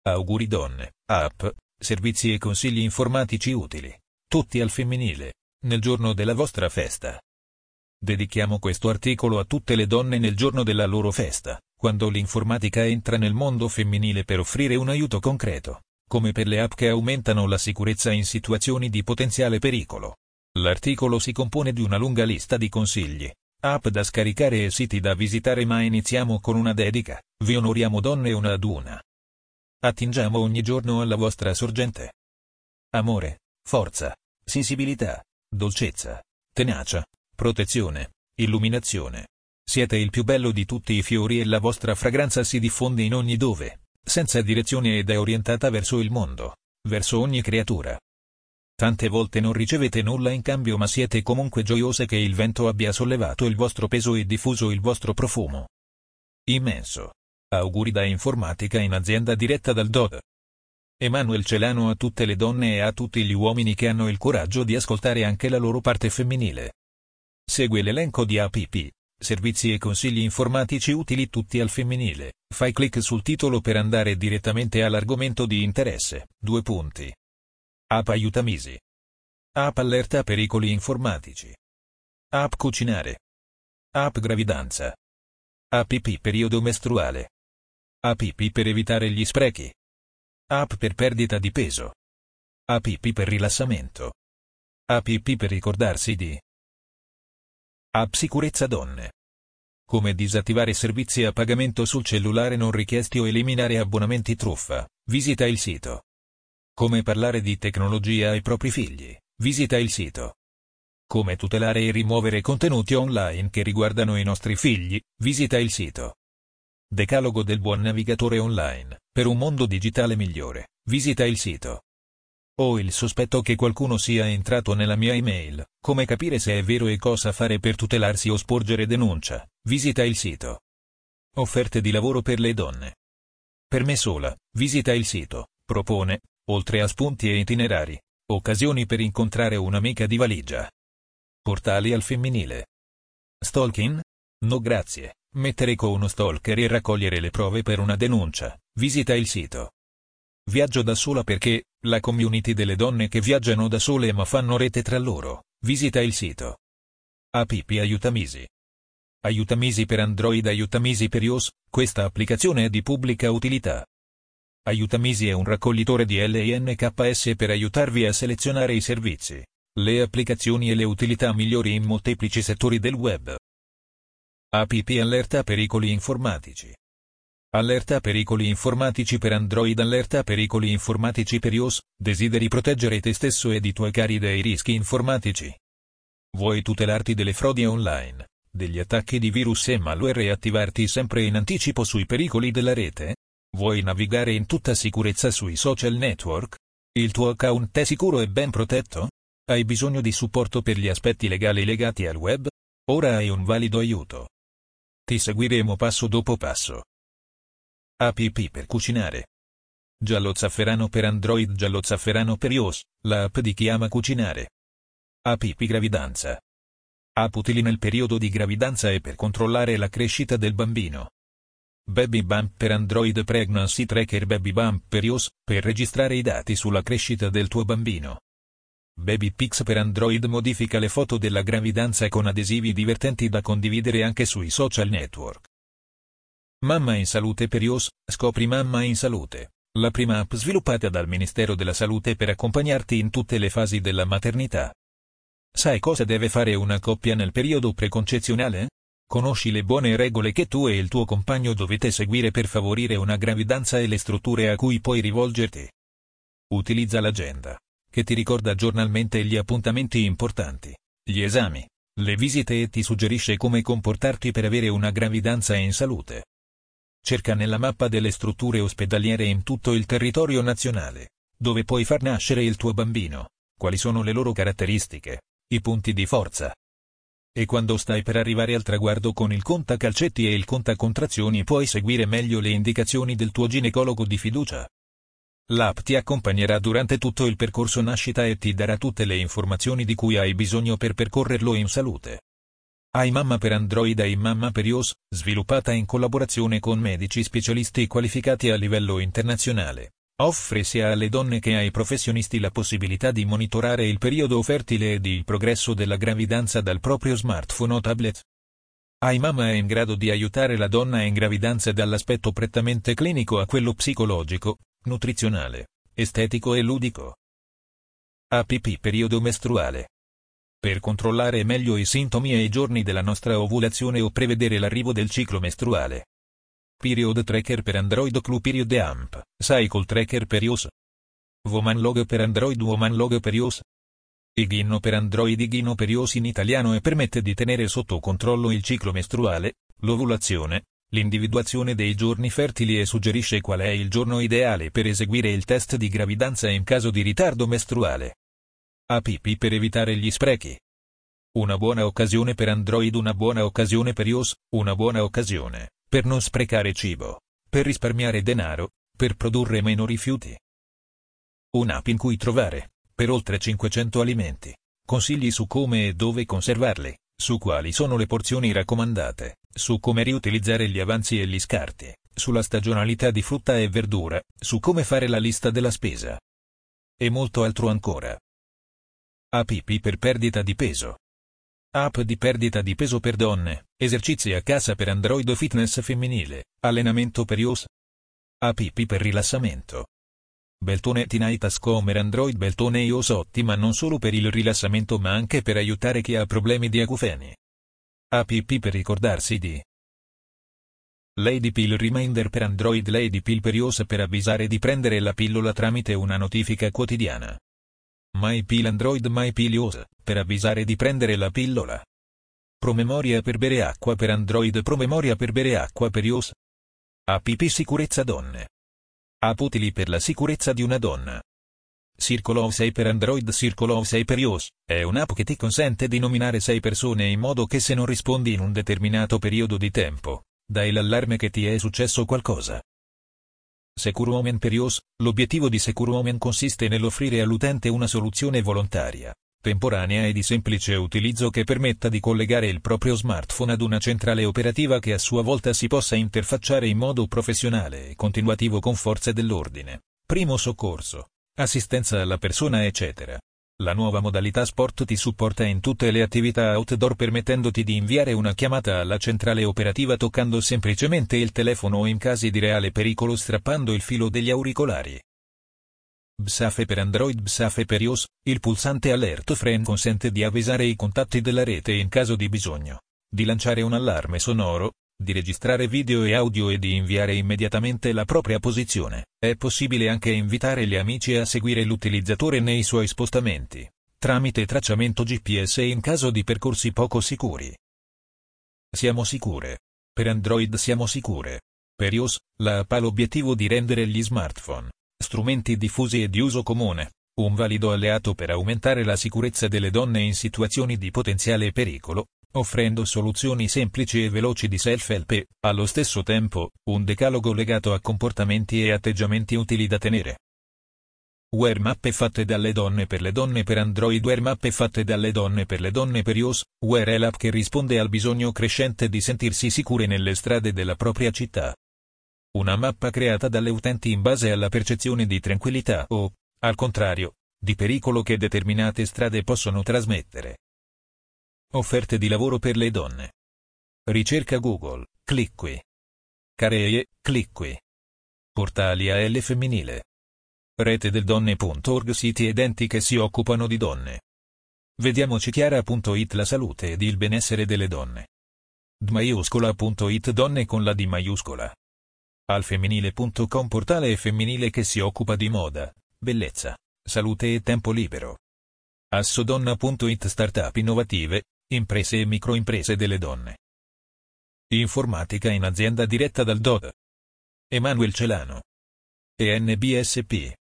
Auguri donne, app, servizi e consigli informatici utili, tutti al femminile, nel giorno della vostra festa. Dedichiamo questo articolo a tutte le donne nel giorno della loro festa, quando l'informatica entra nel mondo femminile per offrire un aiuto concreto, come per le app che aumentano la sicurezza in situazioni di potenziale pericolo. L'articolo si compone di una lunga lista di consigli, app da scaricare e siti da visitare, ma iniziamo con una dedica: vi onoriamo donne una ad una. Attingiamo ogni giorno alla vostra sorgente. Amore, forza, sensibilità, dolcezza, tenacia, protezione, illuminazione. Siete il più bello di tutti i fiori e la vostra fragranza si diffonde in ogni dove, senza direzione, ed è orientata verso il mondo, verso ogni creatura. Tante volte non ricevete nulla in cambio, ma siete comunque gioiose che il vento abbia sollevato il vostro peso e diffuso il vostro profumo immenso. Auguri da Informatica in Azienda, diretta dal Dod. Emanuel Celano, a tutte le donne e a tutti gli uomini che hanno il coraggio di ascoltare anche la loro parte femminile. Segue l'elenco di app, servizi e consigli informatici utili tutti al femminile. Fai clic sul titolo per andare direttamente all'argomento di interesse. 2 punti. App Aiutamisi. App Allerta pericoli informatici. App Cucinare. App Gravidanza. App periodo mestruale. App per evitare gli sprechi. App per perdita di peso. App per rilassamento. App per ricordarsi di. App Sicurezza Donne. Come disattivare servizi a pagamento sul cellulare non richiesti o eliminare abbonamenti truffa. Visita il sito. Come parlare di tecnologia ai propri figli. Visita il sito. Come tutelare e rimuovere contenuti online che riguardano i nostri figli. Visita il sito. Decalogo del buon navigatore online, per un mondo digitale migliore. Visita il sito. Ho il sospetto che qualcuno sia entrato nella mia email. Come capire se è vero e cosa fare per tutelarsi o sporgere denuncia. Visita il sito. Offerte di lavoro per le donne. Per me sola. Visita il sito. Propone, oltre a spunti e itinerari, occasioni per incontrare un'amica di valigia. Portali al femminile. Stalking? No grazie. Mettere con uno stalker e raccogliere le prove per una denuncia. Visita il sito. Viaggio da sola perché, la community delle donne che viaggiano da sole ma fanno rete tra loro. Visita il sito. App Aiutamisi. Aiutamisi per Android, Aiutamisi per iOS. Questa applicazione è di pubblica utilità. Aiutamisi è un raccoglitore di LNKS per aiutarvi a selezionare i servizi, le applicazioni e le utilità migliori in molteplici settori del web. App Allerta pericoli informatici. Allerta pericoli informatici per Android, allerta pericoli informatici per iOS. Desideri proteggere te stesso ed i tuoi cari dai rischi informatici? Vuoi tutelarti delle frodi online, degli attacchi di virus e malware e attivarti sempre in anticipo sui pericoli della rete? Vuoi navigare in tutta sicurezza sui social network? Il tuo account è sicuro e ben protetto? Hai bisogno di supporto per gli aspetti legali legati al web? Ora hai un valido aiuto. Ti seguiremo passo dopo passo. App per cucinare. Giallo zafferano per Android, giallo zafferano per iOS, la app di chi ama cucinare. App Gravidanza. App utili nel periodo di gravidanza e per controllare la crescita del bambino. Baby Bump per Android, Pregnancy Tracker, Baby Bump per iOS, per registrare i dati sulla crescita del tuo bambino. Baby Pics per Android, modifica le foto della gravidanza con adesivi divertenti da condividere anche sui social network. Mamma in Salute per iOS, scopri Mamma in Salute, la prima app sviluppata dal Ministero della Salute per accompagnarti in tutte le fasi della maternità. Sai cosa deve fare una coppia nel periodo preconcezionale? Conosci le buone regole che tu e il tuo compagno dovete seguire per favorire una gravidanza e le strutture a cui puoi rivolgerti. Utilizza l'agenda, che ti ricorda giornalmente gli appuntamenti importanti, gli esami, le visite e ti suggerisce come comportarti per avere una gravidanza in salute. Cerca nella mappa delle strutture ospedaliere in tutto il territorio nazionale, dove puoi far nascere il tuo bambino, quali sono le loro caratteristiche, i punti di forza. E quando stai per arrivare al traguardo con il contacalcetti e il contacontrazioni puoi seguire meglio le indicazioni del tuo ginecologo di fiducia. L'app ti accompagnerà durante tutto il percorso nascita e ti darà tutte le informazioni di cui hai bisogno per percorrerlo in salute. iMamma per Android e iMamma per iOS, sviluppata in collaborazione con medici specialisti qualificati a livello internazionale, offre sia alle donne che ai professionisti la possibilità di monitorare il periodo fertile ed il progresso della gravidanza dal proprio smartphone o tablet. iMamma è in grado di aiutare la donna in gravidanza dall'aspetto prettamente clinico a quello psicologico, nutrizionale, estetico e ludico. APP periodo mestruale. Per controllare meglio i sintomi e i giorni della nostra ovulazione o prevedere l'arrivo del ciclo mestruale. Period Tracker per Android Clue Period Amp, Cycle Tracker per iOS. Womanlog per Android Womanlog per iOS. Igino per Android Igino per iOS in italiano e permette di tenere sotto controllo il ciclo mestruale, l'ovulazione, l'individuazione dei giorni fertili e suggerisce qual è il giorno ideale per eseguire il test di gravidanza in caso di ritardo mestruale. APP per evitare gli sprechi. Una buona occasione per Android, una buona occasione per iOS, una buona occasione per non sprecare cibo, per risparmiare denaro, per produrre meno rifiuti. Un'app in cui trovare, per oltre 500 alimenti, consigli su come e dove conservarli, su quali sono le porzioni raccomandate, su come riutilizzare gli avanzi e gli scarti, sulla stagionalità di frutta e verdura, su come fare la lista della spesa. E molto altro ancora. APP per perdita di peso. App di perdita di peso per donne, esercizi a casa per Android fitness femminile, allenamento per iOS. APP per rilassamento. Beltone Tonight Ascomer Android Beltone iOS ottima non solo per il rilassamento ma anche per aiutare chi ha problemi di acufeni. APP per ricordarsi di Lady Pill Reminder per Android Lady Pill per iOS per avvisare di prendere la pillola tramite una notifica quotidiana. My Pill Android My Pill iOS, per avvisare di prendere la pillola. Promemoria per bere acqua per Android Promemoria per bere acqua per iOS. APP Sicurezza Donne. App utili per la sicurezza di una donna. Circle of 6 per Android Circle of 6 per iOS, è un'app che ti consente di nominare 6 persone in modo che se non rispondi in un determinato periodo di tempo, dai l'allarme che ti è successo qualcosa. Secure Women per iOS, l'obiettivo di Secure Women consiste nell'offrire all'utente una soluzione volontaria, temporanea e di semplice utilizzo che permetta di collegare il proprio smartphone ad una centrale operativa che a sua volta si possa interfacciare in modo professionale e continuativo con forze dell'ordine, primo soccorso, assistenza alla persona eccetera. La nuova modalità Sport ti supporta in tutte le attività outdoor permettendoti di inviare una chiamata alla centrale operativa toccando semplicemente il telefono o in casi di reale pericolo strappando il filo degli auricolari. Bsafe per Android Bsafe per iOS, il pulsante Alert Friend consente di avvisare i contatti della rete in caso di bisogno, di lanciare un allarme sonoro, di registrare video e audio e di inviare immediatamente la propria posizione. È possibile anche invitare gli amici a seguire l'utilizzatore nei suoi spostamenti, tramite tracciamento GPS in caso di percorsi poco sicuri. Siamo sicure. Per Android siamo sicure. Per iOS, la app ha l'obiettivo di rendere gli smartphone strumenti diffusi e di uso comune, un valido alleato per aumentare la sicurezza delle donne in situazioni di potenziale pericolo, offrendo soluzioni semplici e veloci di self-help e, allo stesso tempo, un decalogo legato a comportamenti e atteggiamenti utili da tenere. Wear mappe fatte dalle donne per le donne per Android Wear mappe fatte dalle donne per le donne per iOS, Wear è l'app che risponde al bisogno crescente di sentirsi sicure nelle strade della propria città. Una mappa creata dalle utenti in base alla percezione di tranquillità o, al contrario, di pericolo che determinate strade possono trasmettere. Offerte di lavoro per le donne. Ricerca Google, clic qui. Carriere, clic qui. Portali AL femminile. Rete del donne.org siti ed enti che si occupano di donne. Vediamoci chiara.it la salute ed il benessere delle donne. dmaiuscola.it donne con la D maiuscola. Alfemminile.com portale femminile che si occupa di moda, bellezza, salute e tempo libero. Assodonna.it startup innovative, imprese e microimprese delle donne. Informatica in azienda diretta dal DOD. Emanuel Celano. ENBSP.